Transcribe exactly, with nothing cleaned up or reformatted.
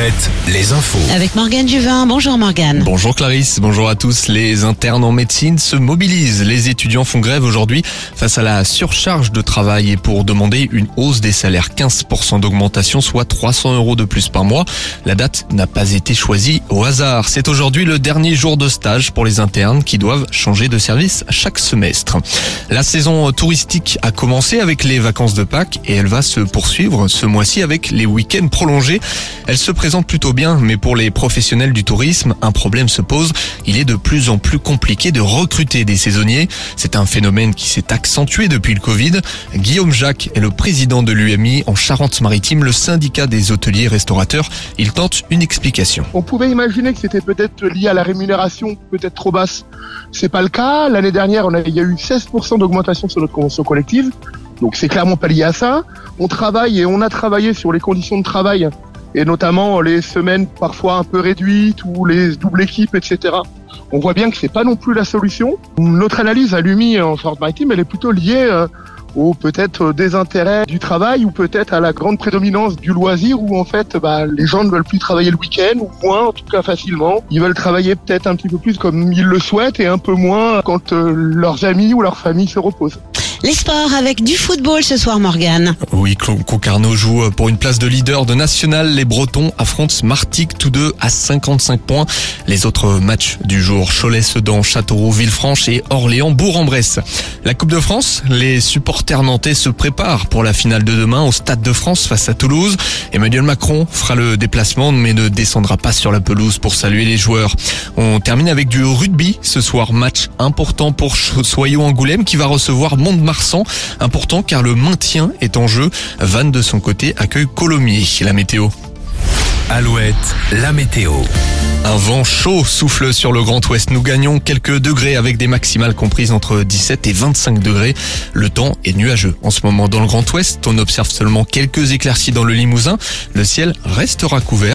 Alouette, les infos. Avec Morgane Juvin. Bonjour Morgane. Bonjour Clarisse, bonjour à tous. Les internes en médecine se mobilisent. Les étudiants font grève aujourd'hui face à la surcharge de travail et pour demander une hausse des salaires. quinze pour cent d'augmentation, soit trois cents euros de plus par mois. La date n'a pas été choisie au hasard. C'est aujourd'hui le dernier jour de stage pour les internes qui doivent changer de service chaque semestre. La saison touristique a commencé avec les vacances de Pâques et elle va se poursuivre ce mois-ci avec les week-ends prolongés. Elle se présente plutôt bien, mais pour les professionnels du tourisme, un problème se pose. Il est de plus en plus compliqué de recruter des saisonniers. C'est un phénomène qui s'est accentué depuis le Covid. Guillaume Jacques est le président de l'U M I en Charente-Maritime, le syndicat des hôteliers et restaurateurs. Il tente une explication. On pouvait imaginer que c'était peut-être lié à la rémunération, peut-être trop basse. C'est pas le cas. L'année dernière, on a, il y a eu seize pour cent d'augmentation sur notre convention collective. Donc c'est clairement pas lié à ça. On travaille et on a travaillé sur les conditions de travail et notamment les semaines parfois un peu réduites ou les doubles équipes, et cetera. On voit bien que c'est pas non plus la solution. Notre analyse à l'U M I en Charente-Maritime, elle est plutôt liée euh, au peut-être désintérêt du travail ou peut-être à la grande prédominance du loisir où en fait bah, les gens ne veulent plus travailler le week-end ou moins, en tout cas facilement. Ils veulent travailler peut-être un petit peu plus comme ils le souhaitent et un peu moins quand euh, leurs amis ou leur famille se reposent. Les sports avec du football ce soir, Morgane. Oui, Concarneau joue pour une place de leader de national. Les Bretons affrontent Martigues, tous deux à cinquante-cinq points. Les autres matchs du jour, Cholet-Sedan, Châteauroux, Villefranche et Orléans-Bourg-en-Bresse. La Coupe de France, les supporters nantais se préparent pour la finale de demain au Stade de France face à Toulouse. Emmanuel Macron fera le déplacement mais ne descendra pas sur la pelouse pour saluer les joueurs. On termine avec du rugby ce soir, match important pour Soyaux-Angoulême qui va recevoir Mont-de-Marsan. Important car le maintien est en jeu. Vannes de son côté accueille Colomiers. La météo. Alouette, la météo. Un vent chaud souffle sur le Grand Ouest. Nous gagnons quelques degrés avec des maximales comprises entre dix-sept et vingt-cinq degrés. Le temps est nuageux. En ce moment dans le Grand Ouest, on observe seulement quelques éclaircies dans le Limousin. Le ciel restera couvert.